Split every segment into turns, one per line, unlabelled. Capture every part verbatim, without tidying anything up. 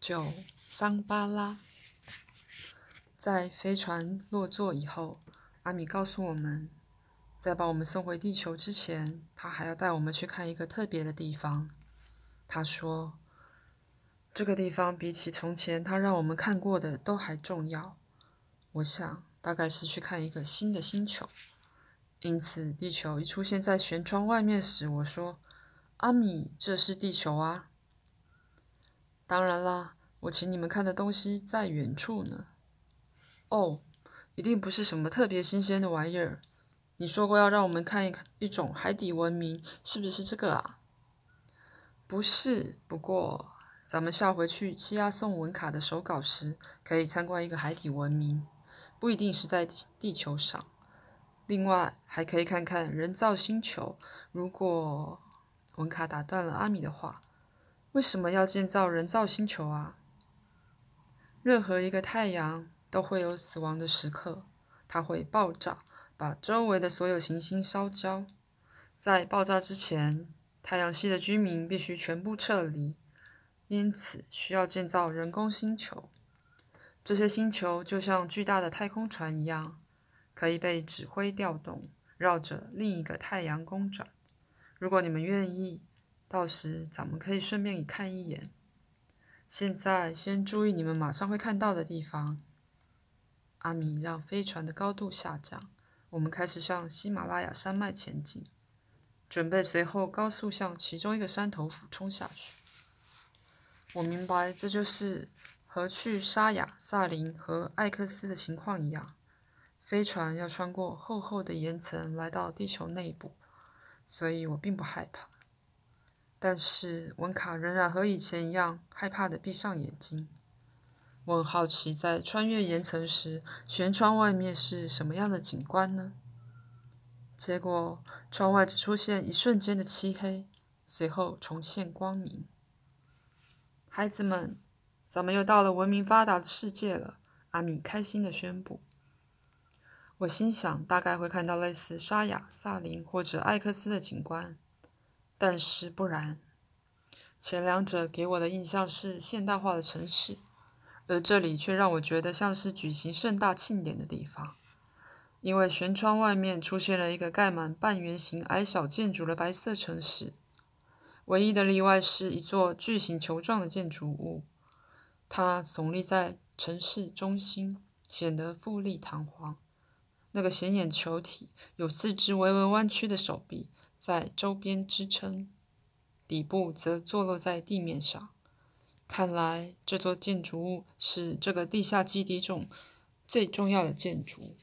九桑巴拉。在飞船落座以后，阿米告诉我们，在把我们送回地球之前，他还要带我们去看一个特别的地方。他说，这个地方比起从前他让我们看过的都还重要。我想，大概是去看一个新的星球。因此，地球一出现在舷窗外面时，我说：“阿米，这是地球啊！”当然啦，我请你们看的东西在远处呢。哦，一定不是什么特别新鲜的玩意儿。你说过要让我们看一一种海底文明，是不是这个啊？不是，不过咱们下回去七亚送文卡的手稿时，可以参观一个海底文明，不一定是在地球上。另外，还可以看看人造星球。如果文卡打断了阿米的话，为什么要建造人造星球啊？任何一个太阳都会有死亡的时刻，它会爆炸，把周围的所有行星烧焦。在爆炸之前，太阳系的居民必须全部撤离，因此需要建造人工星球。这些星球就像巨大的太空船一样，可以被指挥调动，绕着另一个太阳公转。如果你们愿意，到时咱们可以顺便看一眼。现在先注意你们马上会看到的地方。阿米让飞船的高度下降，我们开始向喜马拉雅山脉前进，准备随后高速向其中一个山头俯冲下去。我明白，这就是和去沙雅、萨林和艾克斯的情况一样，飞船要穿过厚厚的岩层来到地球内部，所以我并不害怕。但是文卡仍然和以前一样害怕地闭上眼睛。我很好奇，在穿越岩层时，舷窗外面是什么样的景观呢？结果，窗外只出现一瞬间的漆黑，随后重现光明。孩子们，咱们又到了文明发达的世界了，阿米开心地宣布。我心想，大概会看到类似沙雅、萨林或者艾克斯的景观。但是不然，前两者给我的印象是现代化的城市，而这里却让我觉得像是举行盛大庆典的地方，因为舷窗外面出现了一个盖满半圆形矮小建筑的白色城市，唯一的例外是一座巨型球状的建筑物，它耸立在城市中心，显得富丽堂皇。那个显眼球体有四只微微弯曲的手臂在周边支撑，底部则坐落在地面上。看来这座建筑物是这个地下基地中最重要的建筑，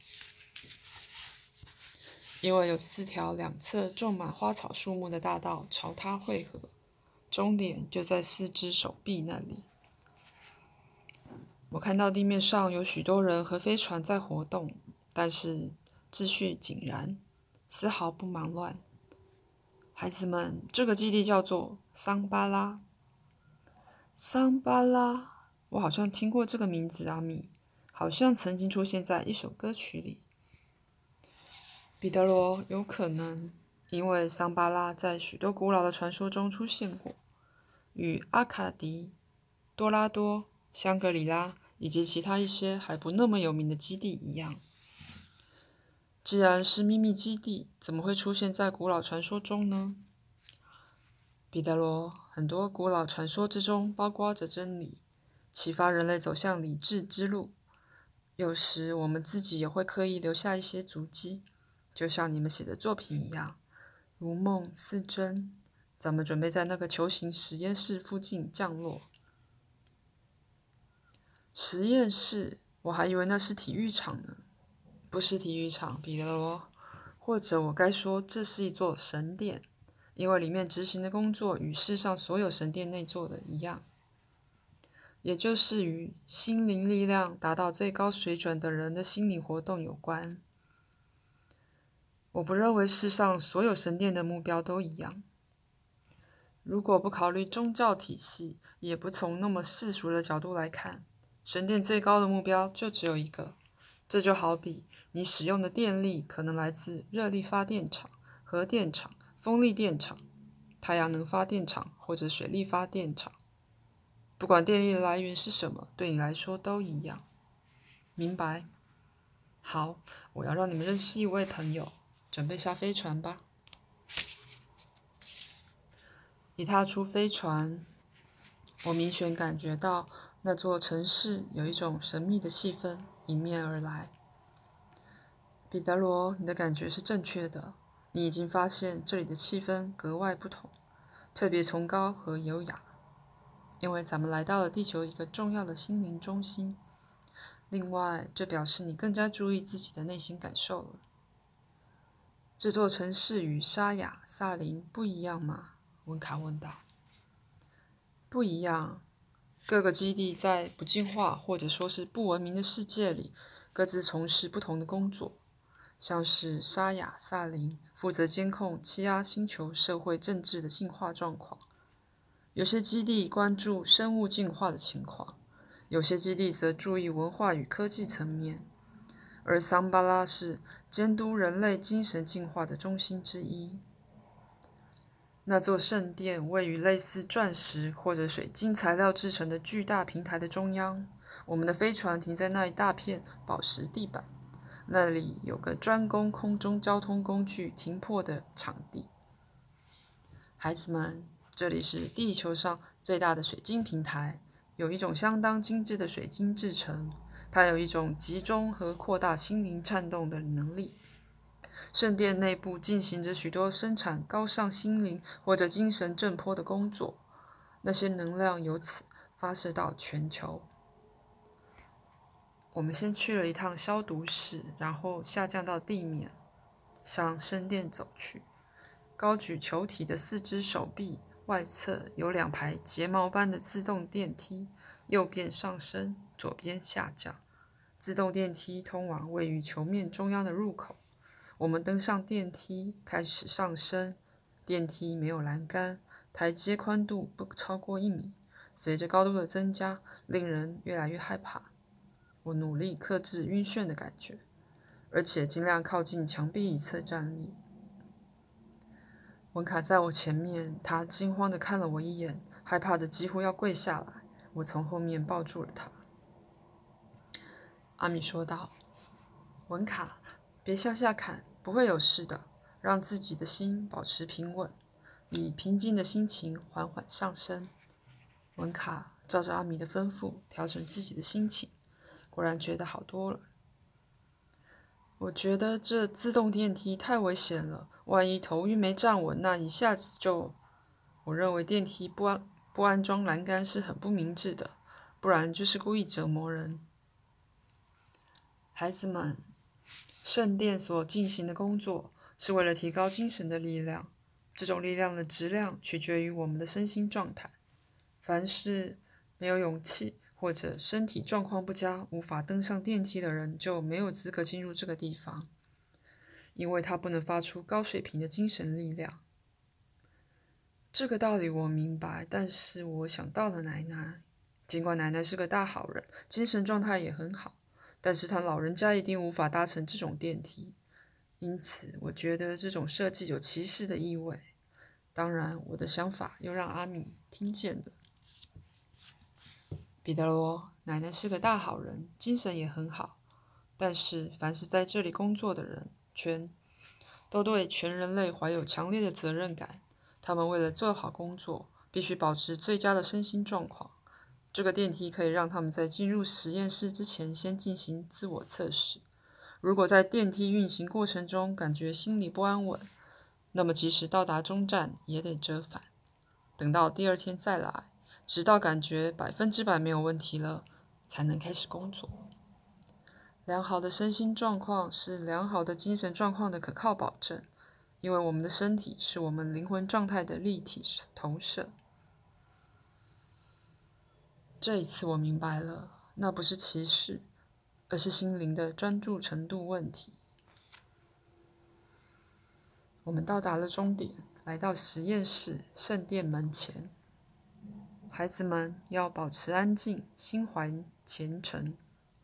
因为有四条两侧种满花草树木的大道朝它汇合，终点就在四只手臂那里。我看到地面上有许多人和飞船在活动，但是秩序井然，丝毫不忙乱。孩子们，这个基地叫做桑巴拉。桑巴拉，我好像听过这个名字，阿米，好像曾经出现在一首歌曲里。彼得罗，有可能，因为桑巴拉在许多古老的传说中出现过，与阿卡迪、多拉多、香格里拉以及其他一些还不那么有名的基地一样。既然是秘密基地，怎么会出现在古老传说中呢？彼得罗，很多古老传说之中包括着真理，启发人类走向理智之路。有时我们自己也会刻意留下一些足迹，就像你们写的作品一样，如梦似真。咱们准备在那个球形实验室附近降落。实验室？我还以为那是体育场呢。不是体育场，彼得罗，或者我该说这是一座神殿，因为里面执行的工作与世上所有神殿内做的一样，也就是与心灵力量达到最高水准的人的心灵活动有关。我不认为世上所有神殿的目标都一样。如果不考虑宗教体系，也不从那么世俗的角度来看，神殿最高的目标就只有一个。这就好比你使用的电力可能来自热力发电厂、核电厂、风力电厂、太阳能发电厂或者水力发电厂。 不管电力的来源是什么，对你来说都一样。明白？好，我要让你们认识一位朋友，准备下飞船吧。一踏出飞船，我明显感觉到那座城市有一种神秘的气氛迎面而来。彼得罗，你的感觉是正确的，你已经发现这里的气氛格外不同，特别崇高和优雅，因为咱们来到了地球一个重要的心灵中心。另外，这表示你更加注意自己的内心感受了。这座城市与沙雅、萨林不一样吗？温卡问道。不一样。各个基地在不进化或者说是不文明的世界里，各自从事不同的工作。像是沙雅、萨林负责监控欺压星球社会政治的进化状况，有些基地关注生物进化的情况，有些基地则注意文化与科技层面，而桑巴拉是监督人类精神进化的中心之一。那座圣殿位于类似钻石或者水晶材料制成的巨大平台的中央，我们的飞船停在那一大片宝石地板。那里有个专供空中交通工具停泊的场地。孩子们，这里是地球上最大的水晶平台，有一种相当精致的水晶制成，它有一种集中和扩大心灵颤动的能力。圣殿内部进行着许多生产高尚心灵或者精神振波的工作，那些能量由此发射到全球。我们先去了一趟消毒室，然后下降到地面，向圣殿走去。高举球体的四只手臂外侧有两排睫毛般的自动电梯，右边上升，左边下降。自动电梯通往位于球面中央的入口。我们登上电梯，开始上升。电梯没有栏杆，台阶宽度不超过一米。随着高度的增加，令人越来越害怕。我努力克制晕眩的感觉，而且尽量靠近墙壁一侧站立。文卡在我前面，他惊慌地看了我一眼，害怕得几乎要跪下来。我从后面抱住了他。阿米说道：“文卡，别向下看，不会有事的。让自己的心保持平稳，以平静的心情缓缓上升。”文卡照着阿米的吩咐调整自己的心情。果然觉得好多了。我觉得这自动电梯太危险了，万一头晕没站稳，那一下子就……我认为电梯不安不安装栏杆是很不明智的，不然就是故意折磨人。孩子们，圣殿所进行的工作是为了提高精神的力量，这种力量的质量取决于我们的身心状态。凡是没有勇气或者身体状况不佳，无法登上电梯的人就没有资格进入这个地方，因为他不能发出高水平的精神力量。这个道理我明白，但是我想到了奶奶。尽管奶奶是个大好人，精神状态也很好，但是她老人家一定无法搭乘这种电梯，因此我觉得这种设计有歧视的意味。当然，我的想法又让阿米听见了。彼得罗，奶奶是个大好人，精神也很好，但是凡是在这里工作的人，全都对全人类怀有强烈的责任感。他们为了做好工作，必须保持最佳的身心状况。这个电梯可以让他们在进入实验室之前先进行自我测试。如果在电梯运行过程中感觉心里不安稳，那么即使到达终站也得折返，等到第二天再来，直到感觉百分之百没有问题了，才能开始工作。良好的身心状况是良好的精神状况的可靠保证，因为我们的身体是我们灵魂状态的立体投射。这一次我明白了，那不是歧视，而是心灵的专注程度问题。我们到达了终点，来到实验室圣殿门前。孩子们要保持安静，心怀虔诚。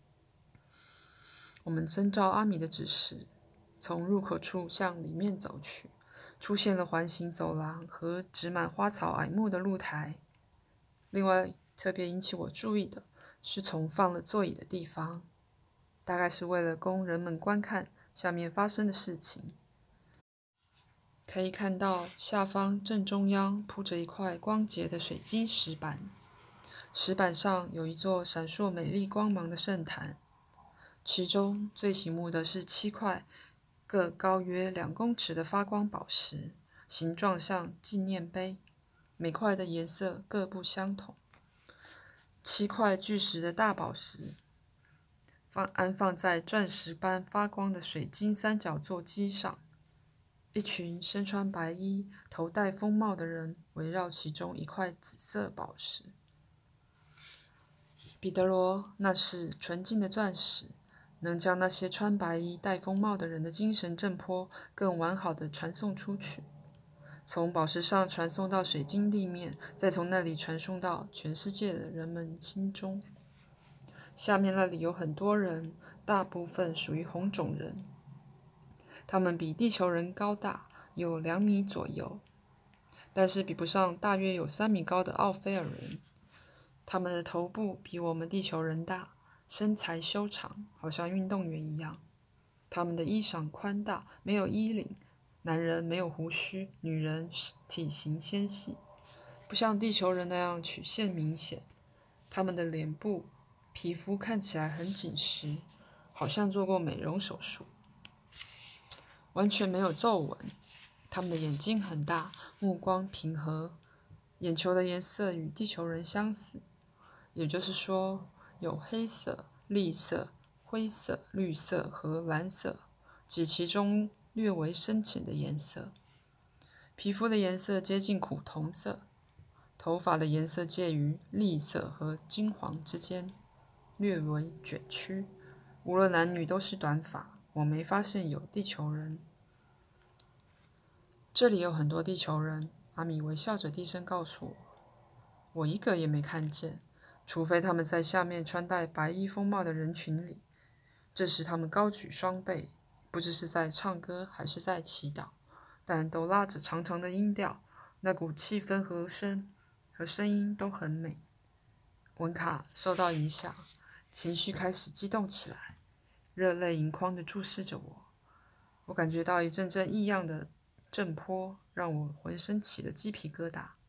我们遵照阿米的指示，从入口处向里面走去，出现了环形走廊和植满花草矮木的露台。另外特别引起我注意的是从放了座椅的地方，大概是为了供人们观看下面发生的事情。可以看到下方正中央铺着一块光洁的水晶石板，石板上有一座闪烁美丽光芒的圣坛，其中最醒目的是七块各高约两公尺的发光宝石，形状像纪念碑，每块的颜色各不相同。七块巨石的大宝石放安放在钻石般发光的水晶三角座机上，一群身穿白衣、头戴风帽的人围绕其中一块紫色宝石。彼得罗，那是纯净的钻石，能将那些穿白衣、戴风帽的人的精神震波更完好地传送出去，从宝石上传送到水晶地面，再从那里传送到全世界的人们心中。下面那里有很多人，大部分属于红种人，他们比地球人高大，有两米左右，但是比不上大约有三米高的奥菲尔人。他们的头部比我们地球人大，身材修长，好像运动员一样。他们的衣裳宽大，没有衣领，男人没有胡须，女人体型纤细，不像地球人那样曲线明显。他们的脸部皮肤看起来很紧实，好像做过美容手术，完全没有皱纹。他们的眼睛很大，目光平和，眼球的颜色与地球人相似，也就是说，有黑色、栗色、灰色、绿色和蓝色，及其中略为深浅的颜色。皮肤的颜色接近苦铜色，头发的颜色介于栗色和金黄之间，略为卷曲。无论男女都是短发，我没发现有地球人。这里有很多地球人，阿米微笑着低声告诉我，我一个也没看见，除非他们在下面穿戴白衣风帽的人群里。这时他们高举双臂，不知是在唱歌还是在祈祷，但都拉着长长的音调，那股气氛和声和声音都很美。文卡受到影响，情绪开始激动起来，热泪盈眶地注视着我。我感觉到一阵阵异样的震波，让我浑身起了鸡皮疙瘩。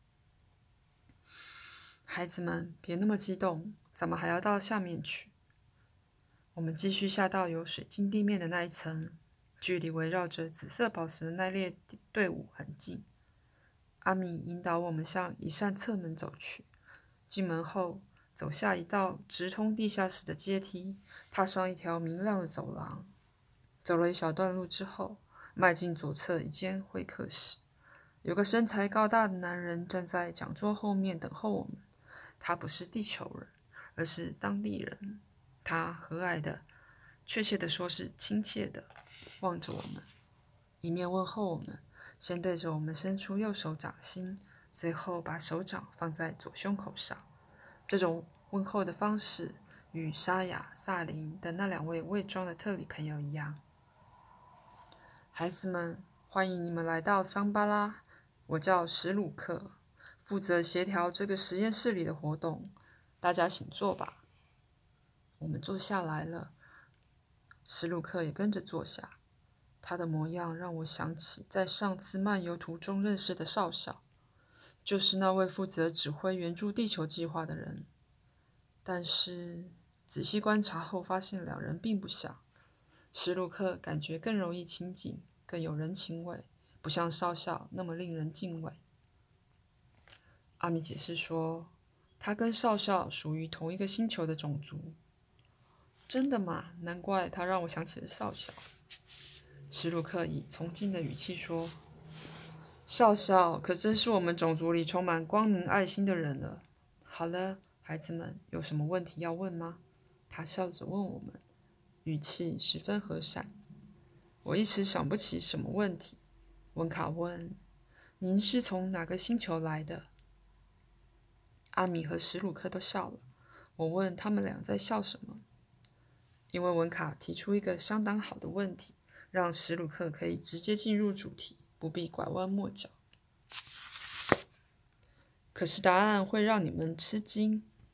孩子们，别那么激动，咱们还要到下面去。我们继续下到有水晶地面的那一层，距离围绕着紫色宝石的那列队伍很近。阿米引导我们向一扇侧门走去，进门后走下一道直通地下室的阶梯，踏上一条明亮的走廊。走了一小段路之后，迈进左侧一间会客室，有个身材高大的男人站在讲桌后面等候我们。他不是地球人，而是当地人。他和蔼的，确切的说是亲切的，望着我们，一面问候我们，先对着我们伸出右手掌心，随后把手掌放在左胸口上。这种问候的方式与沙雅、萨林的那两位伪装的特里朋友一样。孩子们，欢迎你们来到桑巴拉，我叫史鲁克，负责协调这个实验室里的活动。大家请坐吧。我们坐下来了，史鲁克也跟着坐下。他的模样让我想起在上次漫游途中认识的少校，就是那位负责指挥援助地球计划的人。但是仔细观察后发现两人并不像。史鲁克感觉更容易亲近，更有人情味，不像少校那么令人敬畏。阿米解释说，他跟少校属于同一个星球的种族。真的吗？难怪他让我想起了少校。史鲁克以崇敬的语气说，少校可真是我们种族里充满光明爱心的人了。好了，孩子们，有什么问题要问吗？他笑着问我们，语气十分和善。我一时想不起什么问题。温卡问，您是从哪个星球来的？阿米和史鲁克都笑了。我问他们俩在笑什么，因为文卡提出一个相当好的问题，让史鲁克可以直接进入主题，不必拐弯抹角。可是答案会让你们吃惊。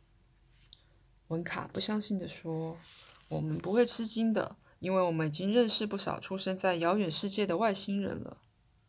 文卡不相信地说：我们不会吃惊的，因为我们已经认识不少出生在遥远世界的外星人了。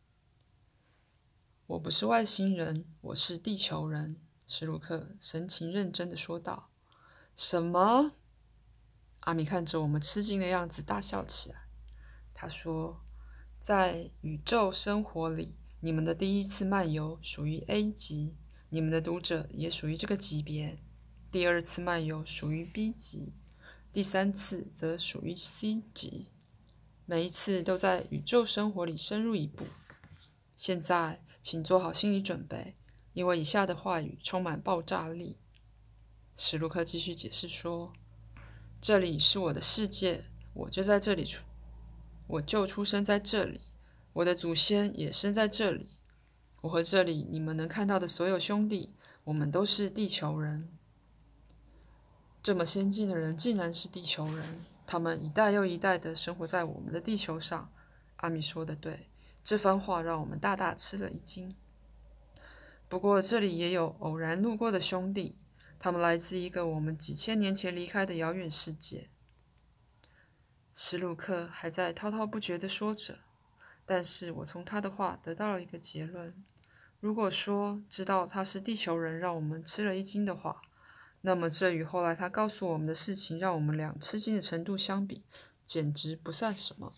我不是外星人，我是地球人，史鲁克神情认真地说道。什么？阿米看着我们吃惊的样子大笑起来。他说，在宇宙生活里，你们的第一次漫游属于 A 级，你们的读者也属于这个级别。第二次漫游属于 B 级，第三次则属于 C 级。每一次都在宇宙生活里深入一步。现在，请做好心理准备，因为以下的话语充满爆炸力。史卢克继续解释说：这里是我的世界，我就在这里出，我就出生在这里，我的祖先也生在这里。我和这里你们能看到的所有兄弟，我们都是地球人。这么先进的人竟然是地球人，他们一代又一代地生活在我们的地球上。阿米说的对，这番话让我们大大吃了一惊。不过这里也有偶然路过的兄弟，他们来自一个我们几千年前离开的遥远世界。史鲁克还在滔滔不绝地说着，但是我从他的话得到了一个结论：如果说知道他是地球人让我们吃了一惊的话，那么这与后来他告诉我们的事情让我们俩吃惊的程度相比，简直不算什么。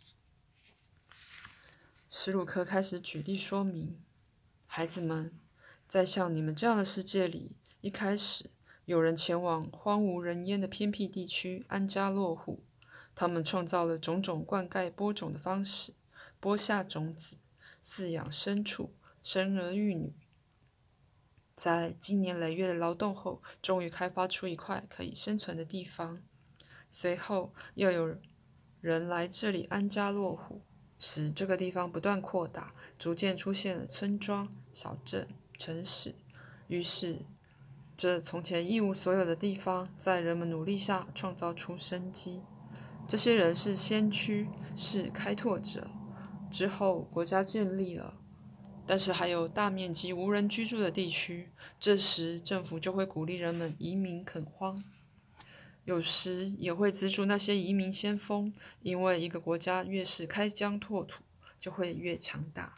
史鲁克开始举例说明：孩子们，在像你们这样的世界里，一开始有人前往荒无人烟的偏僻地区安家落户，他们创造了种种灌溉播种的方式，播下种子，饲养牲畜，生儿育女。在经年累月的劳动后，终于开发出一块可以生存的地方。随后又有人来这里安家落户，使这个地方不断扩大，逐渐出现了村庄、小镇、城市。于是，这从前一无所有的地方，在人们努力下创造出生机。这些人是先驱，是开拓者。之后，国家建立了。但是还有大面积无人居住的地区，这时政府就会鼓励人们移民垦荒，有时也会资助那些移民先锋，因为一个国家越是开疆拓土，就会越强大。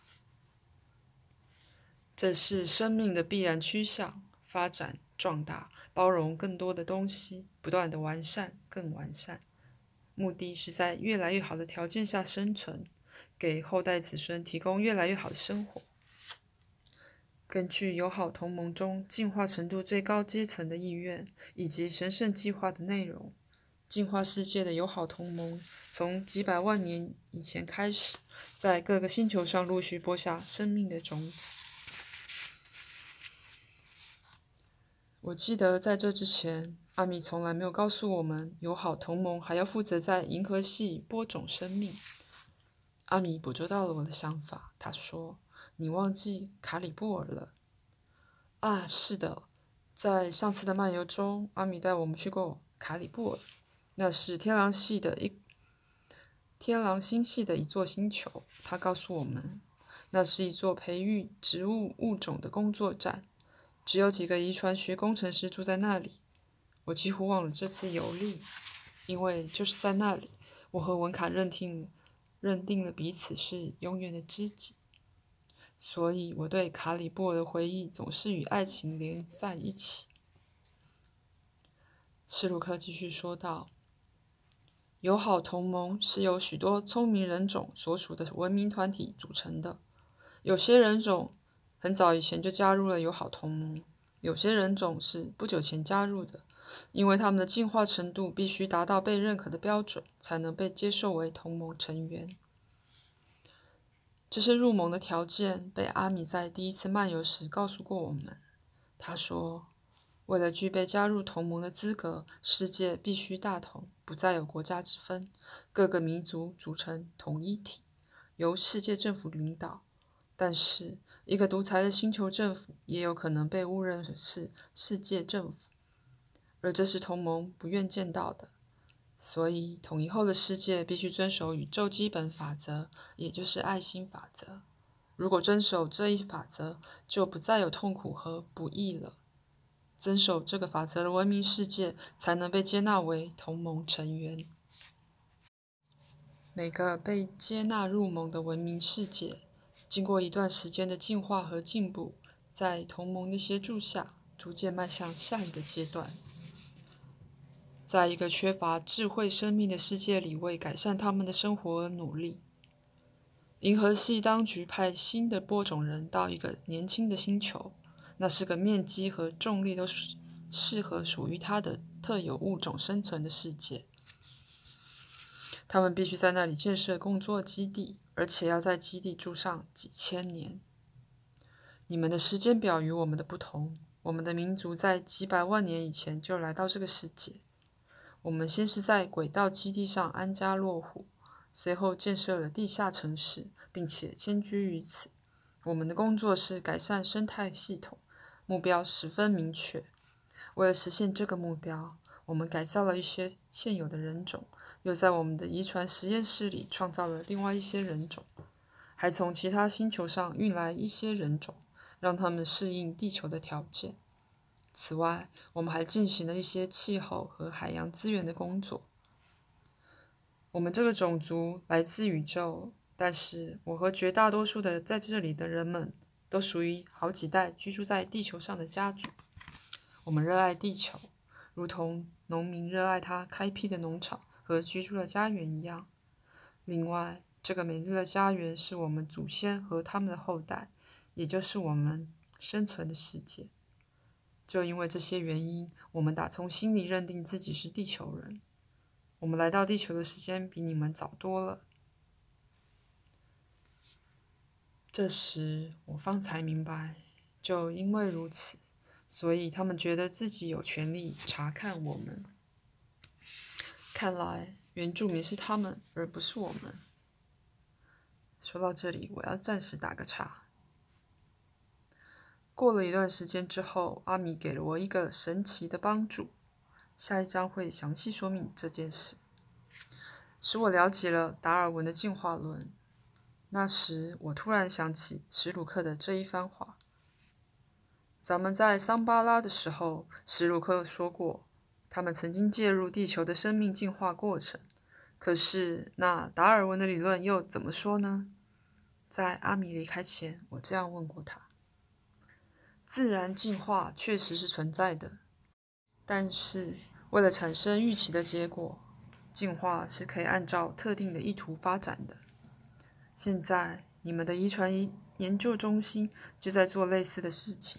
这是生命的必然趋向，发展、壮大、包容更多的东西，不断的完善、更完善，目的是在越来越好的条件下生存，给后代子孙提供越来越好的生活。根据友好同盟中进化程度最高阶层的意愿以及神圣计划的内容，进化世界的友好同盟从几百万年以前开始，在各个星球上陆续播下生命的种子。我记得在这之前，阿米从来没有告诉我们，友好同盟还要负责在银河系播种生命。阿米捕捉到了我的想法，他说：你忘记卡里布尔了。啊，是的，在上次的漫游中，阿米带我们去过卡里布尔，那是天狼系的一天狼星系的一座星球。他告诉我们，那是一座培育植物物种的工作站，只有几个遗传学工程师住在那里。我几乎忘了这次游历，因为就是在那里，我和文卡认定了认定了彼此是永远的知己。所以我对卡里布尔的回忆总是与爱情连在一起。史鲁克继续说道：友好同盟是由许多聪明人种所属的文明团体组成的，有些人种很早以前就加入了友好同盟，有些人种是不久前加入的，因为他们的进化程度必须达到被认可的标准，才能被接受为同盟成员。这些入盟的条件被阿米在第一次漫游时告诉过我们。他说，为了具备加入同盟的资格，世界必须大同，不再有国家之分，各个民族组成统一体，由世界政府领导。但是，一个独裁的星球政府也有可能被误认是世界政府，而这是同盟不愿见到的。所以，统一后的世界必须遵守宇宙基本法则，也就是爱心法则。如果遵守这一法则，就不再有痛苦和不义了。 遵守这个法则的文明世界才能被接纳为同盟成员。每个被接纳入盟的文明世界，经过一段时间的进化和进步，在同盟的协助下，逐渐迈向下一个阶段。在一个缺乏智慧生命的世界里，为改善他们的生活而努力。银河系当局派新的播种人到一个年轻的星球，那是个面积和重力都适合属于它的特有物种生存的世界。他们必须在那里建设工作基地，而且要在基地住上几千年。你们的时间表与我们的不同，我们的民族在几百万年以前就来到这个世界。我们先是在轨道基地上安家落户，随后建设了地下城市，并且迁居于此。我们的工作是改善生态系统，目标十分明确。为了实现这个目标，我们改造了一些现有的人种，又在我们的遗传实验室里创造了另外一些人种，还从其他星球上运来一些人种，让他们适应地球的条件。此外，我们还进行了一些气候和海洋资源的工作。我们这个种族来自宇宙，但是我和绝大多数的在这里的人们都属于好几代居住在地球上的家族。我们热爱地球，如同农民热爱他开辟的农场和居住的家园一样。另外，这个美丽的家园是我们祖先和他们的后代，也就是我们生存的世界。就因为这些原因，我们打从心里认定自己是地球人。我们来到地球的时间比你们早多了。这时，我方才明白，就因为如此，所以他们觉得自己有权利查看我们。看来，原住民是他们，而不是我们。说到这里，我要暂时打个岔。过了一段时间之后，阿米给了我一个神奇的帮助。下一章会详细说明这件事，使我了解了达尔文的进化论。那时，我突然想起史鲁克的这一番话。咱们在桑巴拉的时候，史鲁克说过，他们曾经介入地球的生命进化过程。可是，那达尔文的理论又怎么说呢？在阿米离开前，我这样问过他。自然进化确实是存在的，但是为了产生预期的结果，进化是可以按照特定的意图发展的。现在，你们的遗传研究中心就在做类似的事情。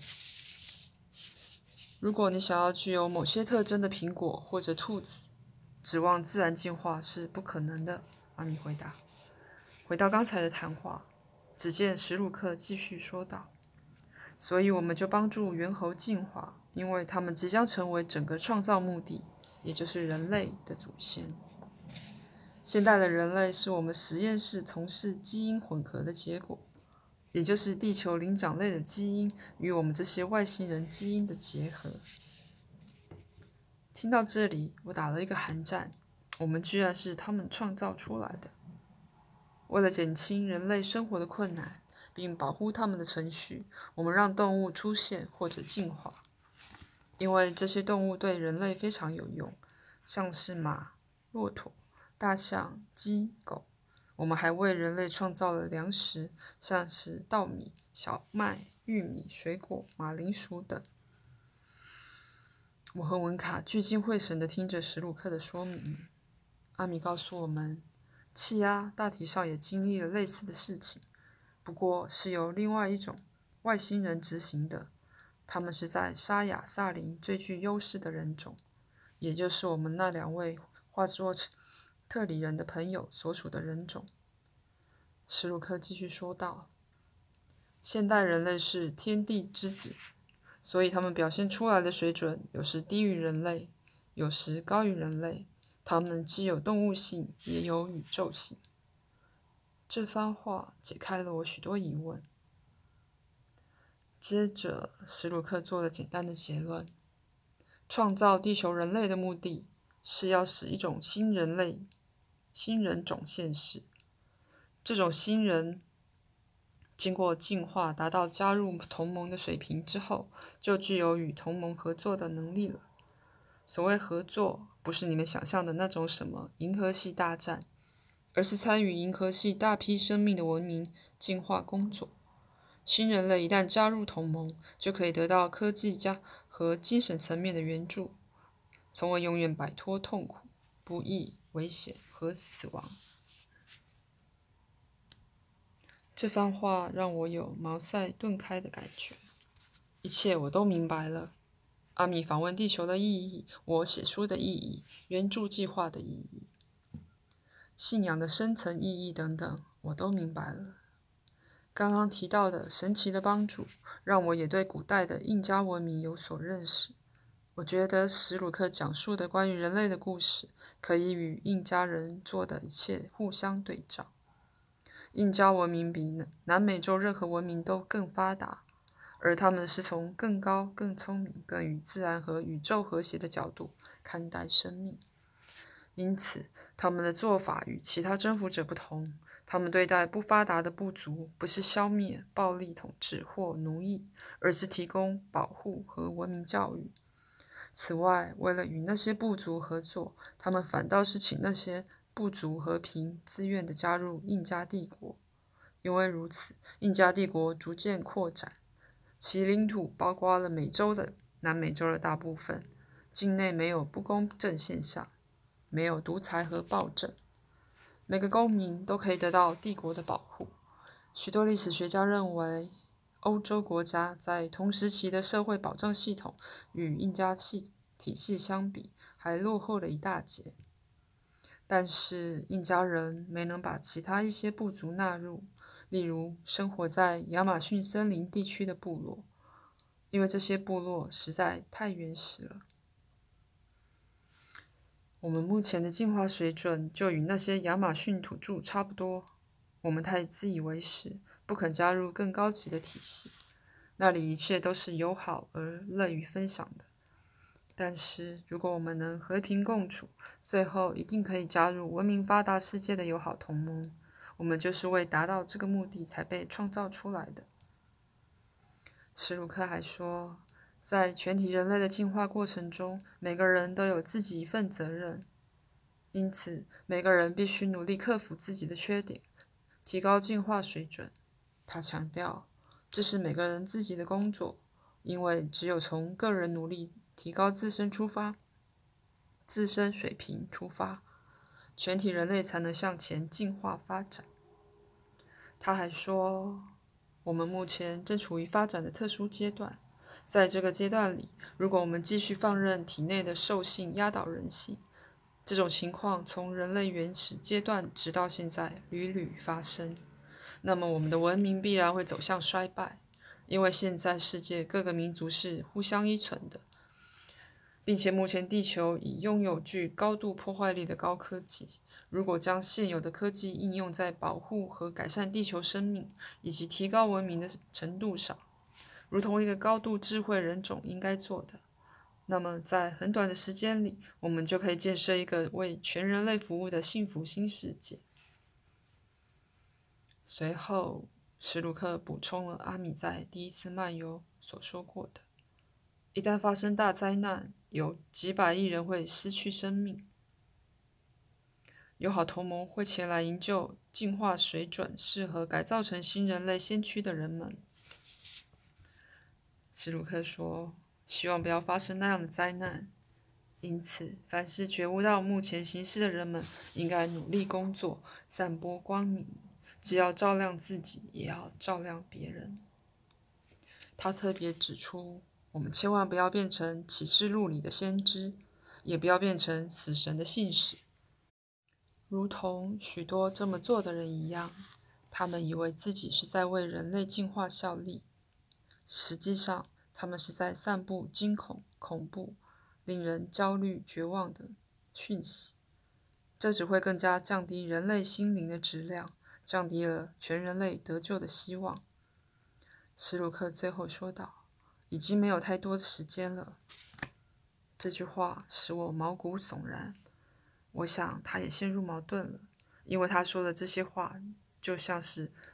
如果你想要具有某些特征的苹果或者兔子，指望自然进化是不可能的，阿米回答。回到刚才的谈话，只见史鲁克继续说道。所以我们就帮助猿猴进化，因为他们即将成为整个创造目的，也就是人类的祖先。现代的人类是我们实验室从事基因混合的结果，也就是地球灵长类的基因与我们这些外星人基因的结合。听到这里，我打了一个寒战，我们居然是他们创造出来的。为了减轻人类生活的困难，并保护它们的存续，我们让动物出现或者进化，因为这些动物对人类非常有用，像是马、骆驼、大象、鸡、狗。我们还为人类创造了粮食，像是稻米、小麦、玉米、水果、马铃薯等。我和文卡聚精会神地听着史鲁克的说明。阿米告诉我们，气鸭大体上也经历了类似的事情，不过是由另外一种外星人执行的。他们是在沙雅萨林最具优势的人种，也就是我们那两位化作特里人的朋友所属的人种。史鲁克继续说道，现代人类是天地之子，所以他们表现出来的水准有时低于人类，有时高于人类。他们既有动物性，也有宇宙性。这番话解开了我许多疑问。接着，史鲁克做了简单的结论：创造地球人类的目的是要使一种新人类、新人种现世。这种新人经过进化达到加入同盟的水平之后，就具有与同盟合作的能力了。所谓合作，不是你们想象的那种什么银河系大战，而是参与银河系大批生命的文明进化工作。新人类一旦加入同盟，就可以得到科技加和精神层面的援助，从而永远摆脱痛苦、不易、危险和死亡。这番话让我有茅塞顿开的感觉，一切我都明白了。阿米访问地球的意义，我写书的意义，援助计划的意义，信仰的深层意义等等，我都明白了。刚刚提到的神奇的帮助，让我也对古代的印加文明有所认识。我觉得史鲁克讲述的关于人类的故事，可以与印加人做的一切互相对照。印加文明比南美洲任何文明都更发达，而他们是从更高、更聪明、更与自然和宇宙和谐的角度看待生命。因此，他们的做法与其他征服者不同。他们对待不发达的部族，不是消灭、暴力统治或奴役，而是提供保护和文明教育。此外，为了与那些部族合作，他们反倒是请那些部族和平自愿地加入印加帝国。因为如此，印加帝国逐渐扩展，其领土包括了美洲的南美洲的大部分，境内没有不公正现象，没有独裁和暴政，每个公民都可以得到帝国的保护。许多历史学家认为，欧洲国家在同时期的社会保障系统与印加系体系相比，还落后了一大截。但是印加人没能把其他一些部族纳入，例如生活在亚马逊森林地区的部落，因为这些部落实在太原始了。我们目前的进化水准就与那些亚马逊土著差不多。我们太自以为是，不肯加入更高级的体系，那里一切都是友好而乐于分享的。但是，如果我们能和平共处，最后一定可以加入文明发达世界的友好同盟。我们就是为达到这个目的才被创造出来的。史鲁克还说，在全体人类的进化过程中，每个人都有自己一份责任，因此每个人必须努力克服自己的缺点，提高进化水准。他强调，这是每个人自己的工作，因为只有从个人努力提高自身出发，自身水平出发，全体人类才能向前进化发展。他还说，我们目前正处于发展的特殊阶段，在这个阶段里，如果我们继续放任体内的兽性压倒人性，这种情况从人类原始阶段直到现在屡屡发生，那么我们的文明必然会走向衰败，因为现在世界各个民族是互相依存的，并且目前地球已拥有具高度破坏力的高科技。如果将现有的科技应用在保护和改善地球生命以及提高文明的程度上，如同一个高度智慧人种应该做的，那么在很短的时间里，我们就可以建设一个为全人类服务的幸福新世界。随后，史鲁克补充了阿米在第一次漫游所说过的：一旦发生大灾难，有几百亿人会失去生命。友好同盟会前来营救进化水准适合改造成新人类先驱的人们。史鲁克说，希望不要发生那样的灾难，因此凡是觉悟到目前形势的人们应该努力工作，散播光明，只要照亮自己，也要照亮别人。他特别指出，我们千万不要变成启示录里的先知，也不要变成死神的信使。如同许多这么做的人一样，他们以为自己是在为人类进化效力，实际上他们是在散布惊恐、恐怖、令人焦虑、绝望的讯息。这只会更加降低人类心灵的质量，降低了全人类得救的希望。史鲁克最后说道：“已经没有太多的时间了。”这句话使我毛骨悚然。我想他也陷入矛盾了，因为他说的这些话就像是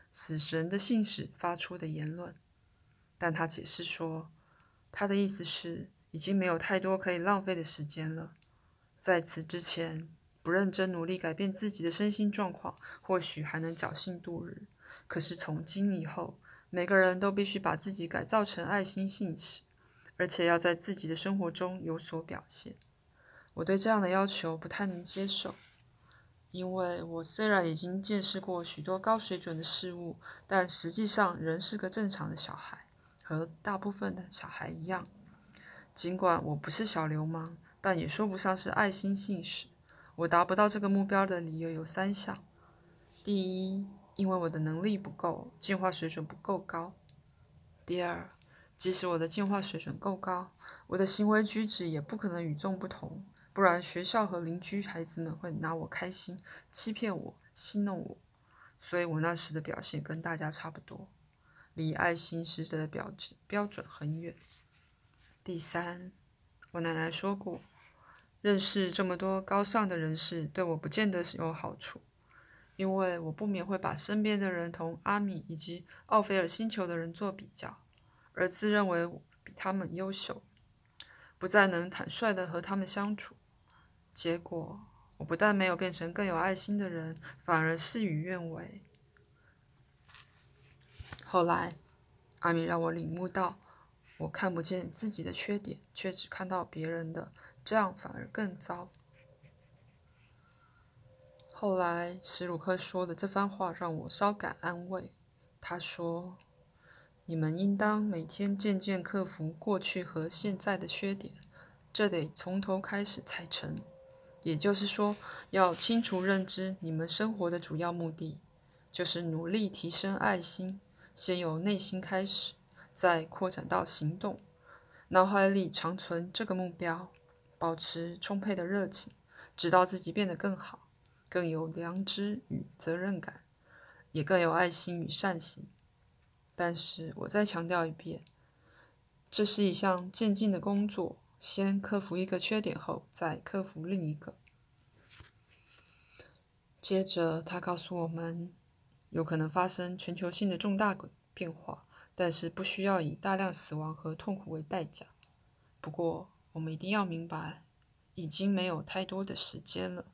死神的信使发出的言论。但他解释说，他的意思是已经没有太多可以浪费的时间了。在此之前，不认真努力改变自己的身心状况，或许还能侥幸度日。可是从今以后，每个人都必须把自己改造成爱心信使，而且要在自己的生活中有所表现。我对这样的要求不太能接受，因为我虽然已经见识过许多高水准的事物，但实际上仍是个正常的小孩，和大部分的小孩一样。尽管我不是小流氓，但也说不上是爱心信使。我达不到这个目标的理由有三项：第一，因为我的能力不够，进化水准不够高；第二，即使我的进化水准够高，我的行为举止也不可能与众不同，不然学校和邻居孩子们会拿我开心，欺骗我，戏弄我，所以我那时的表现跟大家差不多，离爱心使者的标标准很远。第三，我奶奶说过，认识这么多高尚的人士对我不见得是有好处，因为我不免会把身边的人同阿米以及奥菲尔星球的人做比较，而自认为我比他们优秀，不再能坦率地和他们相处。结果，我不但没有变成更有爱心的人，反而事与愿违。后来，阿米让我领悟到，我看不见自己的缺点，却只看到别人的，这样反而更糟。后来，史鲁克说的这番话让我稍感安慰。他说：“你们应当每天渐渐克服过去和现在的缺点，这得从头开始才成。也就是说，要清楚认知你们生活的主要目的，就是努力提升爱心，先由内心开始，再扩展到行动。脑海里常存这个目标，保持充沛的热情，直到自己变得更好。”更有良知与责任感，也更有爱心与善行。但是我再强调一遍，这是一项渐进的工作，先克服一个缺点后，再克服另一个。接着他告诉我们，有可能发生全球性的重大变化，但是不需要以大量死亡和痛苦为代价。不过我们一定要明白，已经没有太多的时间了。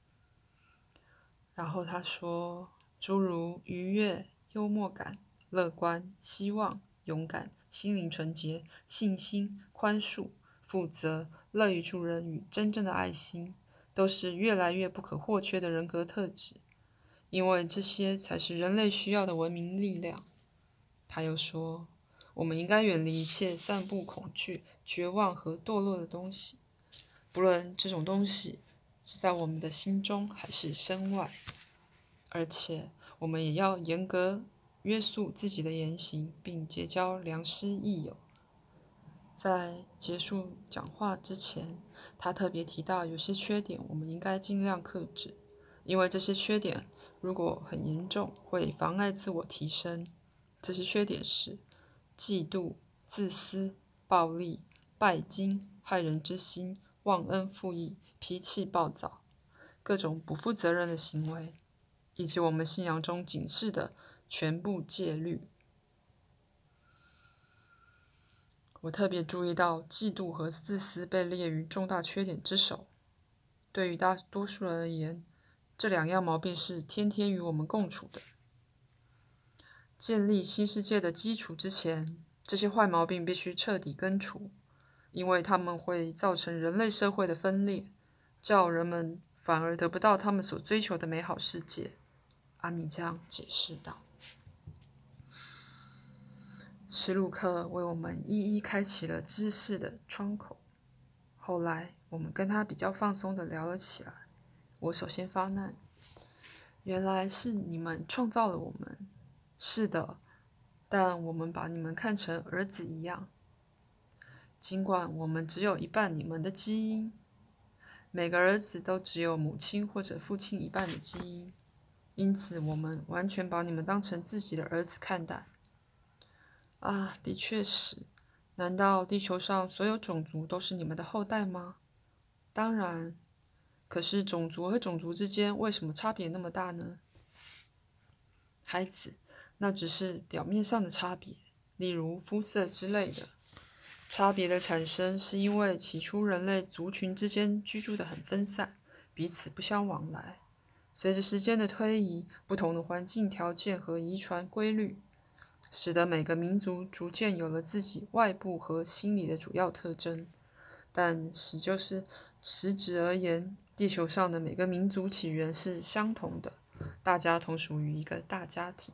然后他说，诸如愉悦、幽默感、乐观、希望、勇敢、心灵纯洁、信心、宽恕、负责、乐于助人与真正的爱心，都是越来越不可或缺的人格特质，因为这些才是人类需要的文明力量。他又说，我们应该远离一切散布恐惧、绝望和堕落的东西，不论这种东西是在我们的心中还是身外，而且我们也要严格约束自己的言行，并结交良师益友。在结束讲话之前，他特别提到有些缺点我们应该尽量克制，因为这些缺点如果很严重，会妨碍自我提升。这些缺点是嫉妒、自私、暴力、拜金、害人之心、忘恩负义、脾气暴躁、各种不负责任的行为，以及我们信仰中警示的全部戒律。我特别注意到，嫉妒和自私被列于重大缺点之首。对于大多数人而言，这两样毛病是天天与我们共处的。建立新世界的基础之前，这些坏毛病必须彻底根除，因为它们会造成人类社会的分裂，叫人们反而得不到他们所追求的美好世界。阿米这样解释道。史鲁克为我们一一开启了知识的窗口。后来我们跟他比较放松地聊了起来。我首先发难，原来是你们创造了我们。是的，但我们把你们看成儿子一样。尽管我们只有一半你们的基因，每个儿子都只有母亲或者父亲一半的基因，因此我们完全把你们当成自己的儿子看待。啊，的确是。难道地球上所有种族都是你们的后代吗？当然。可是种族和种族之间为什么差别那么大呢？孩子， 那只是表面上的差别，例如肤色之类的。差别的产生是因为起初人类族群之间居住得很分散，彼此不相往来。随着时间的推移，不同的环境条件和遗传规律，使得每个民族逐渐有了自己外部和心理的主要特征。但实就是实质而言，地球上的每个民族起源是相同的，大家同属于一个大家庭。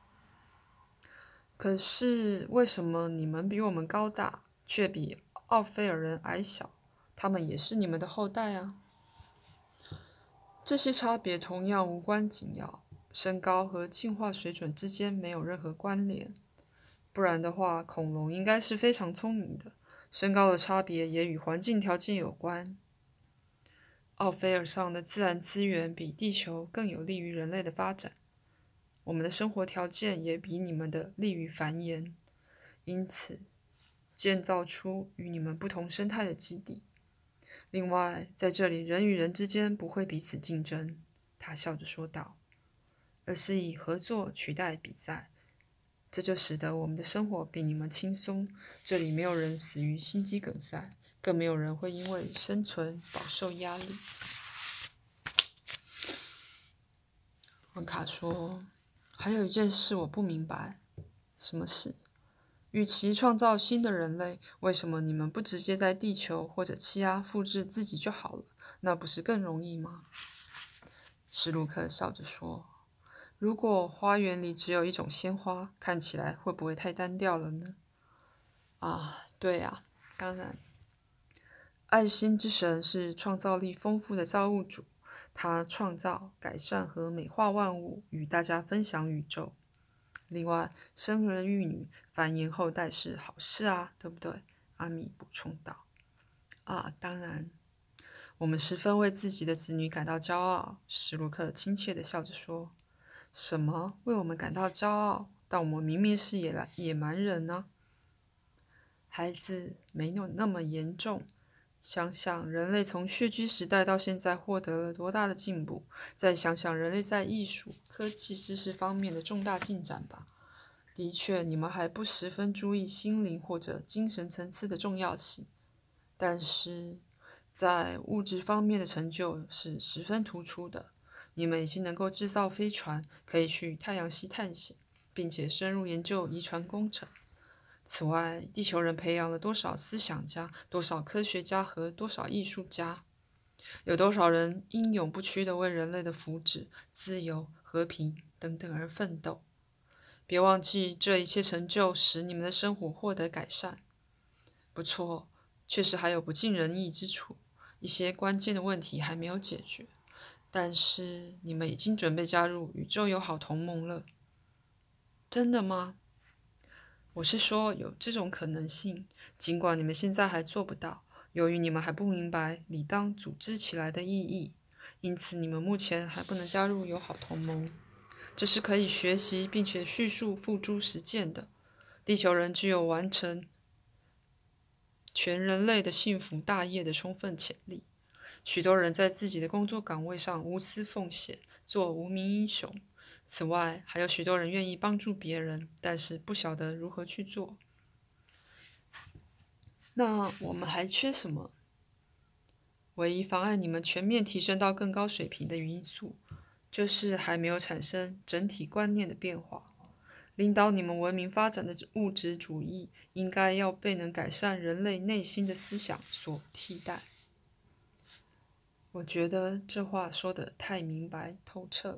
可是为什么你们比我们高大，却比奥菲尔人矮小？他们也是你们的后代啊。这些差别同样无关紧要，身高和进化水准之间没有任何关联。不然的话，恐龙应该是非常聪明的。身高的差别也与环境条件有关。奥菲尔上的自然资源比地球更有利于人类的发展，我们的生活条件也比你们的利于繁衍，因此建造出与你们不同生态的基地。另外，在这里人与人之间不会彼此竞争，他笑着说道，而是以合作取代比赛。这就使得我们的生活比你们轻松，这里没有人死于心肌梗塞，更没有人会因为生存饱受压力。文卡说，还有一件事我不明白。什么事？与其创造新的人类，为什么你们不直接在地球或者气压复制自己就好了？那不是更容易吗？史鲁克笑着说，如果花园里只有一种鲜花，看起来会不会太单调了呢？啊，对啊，当然。爱心之神是创造力丰富的造物主，他创造、改善和美化万物，与大家分享宇宙。另外，生儿育女、繁衍后代是好事啊，对不对？阿米补充道。啊，当然。我们十分为自己的子女感到骄傲，史鲁克亲切地笑着说。什么？为我们感到骄傲？但我们明明是野野蛮人呢。孩子，没有那么严重。想想人类从穴居时代到现在获得了多大的进步，再想想人类在艺术、科技、知识方面的重大进展吧。的确，你们还不十分注意心灵或者精神层次的重要性，但是在物质方面的成就是十分突出的。你们已经能够制造飞船，可以去太阳系探险，并且深入研究遗传工程。此外，地球人培养了多少思想家、多少科学家和多少艺术家？有多少人英勇不屈地为人类的福祉、自由、和平等等而奋斗？别忘记，这一切成就使你们的生活获得改善。不错，确实还有不尽人意之处，一些关键的问题还没有解决。但是你们已经准备加入宇宙友好同盟了。真的吗？我是说有这种可能性，尽管你们现在还做不到，由于你们还不明白理当组织起来的意义，因此你们目前还不能加入友好同盟。这是可以学习并且叙述付诸实践的。地球人具有完成全人类的幸福大业的充分潜力。许多人在自己的工作岗位上无私奉献，做无名英雄。此外，还有许多人愿意帮助别人，但是不晓得如何去做。那我们还缺什么？唯一妨碍你们全面提升到更高水平的因素，就是还没有产生整体观念的变化。领导你们文明发展的物质主义，应该要被能改善人类内心的思想所替代。我觉得这话说得太明白透彻了。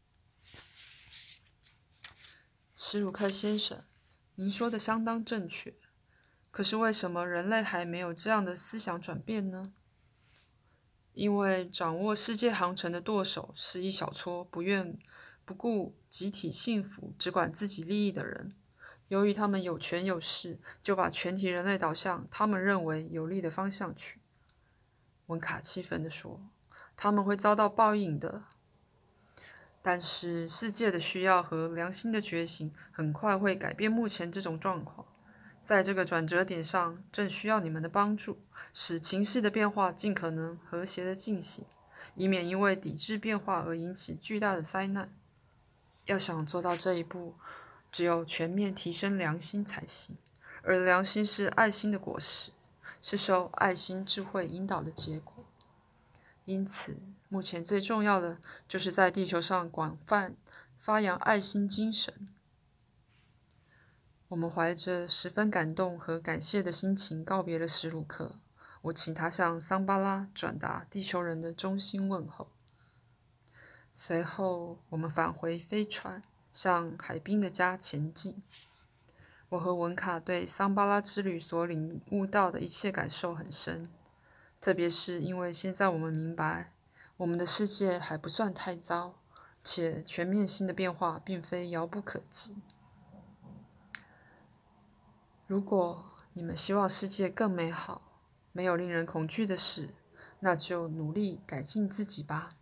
史鲁克先生，您说的相当正确。可是为什么人类还没有这样的思想转变呢？因为掌握世界航程的舵手是一小撮不愿不顾集体幸福、只管自己利益的人。由于他们有权有势，就把全体人类导向他们认为有利的方向去。温卡气愤地说，他们会遭到报应的。但是世界的需要和良心的觉醒很快会改变目前这种状况。在这个转折点上，正需要你们的帮助，使情势的变化尽可能和谐地进行，以免因为抵制变化而引起巨大的灾难。要想做到这一步， 只有全面提升良心才行。而良心是爱心的果实，是受爱心智慧引导的结果。因此，目前最重要的就是在地球上广泛发扬爱心精神。我们怀着十分感动和感谢的心情告别了史鲁克，我请他向桑巴拉转达地球人的衷心问候。随后，我们返回飞船，向海滨的家前进。我和文卡对桑巴拉之旅所领悟到的一切感受很深，特别是因为现在我们明白，我们的世界还不算太糟，且全面性的变化并非遥不可及。如果你们希望世界更美好，没有令人恐惧的事，那就努力改进自己吧。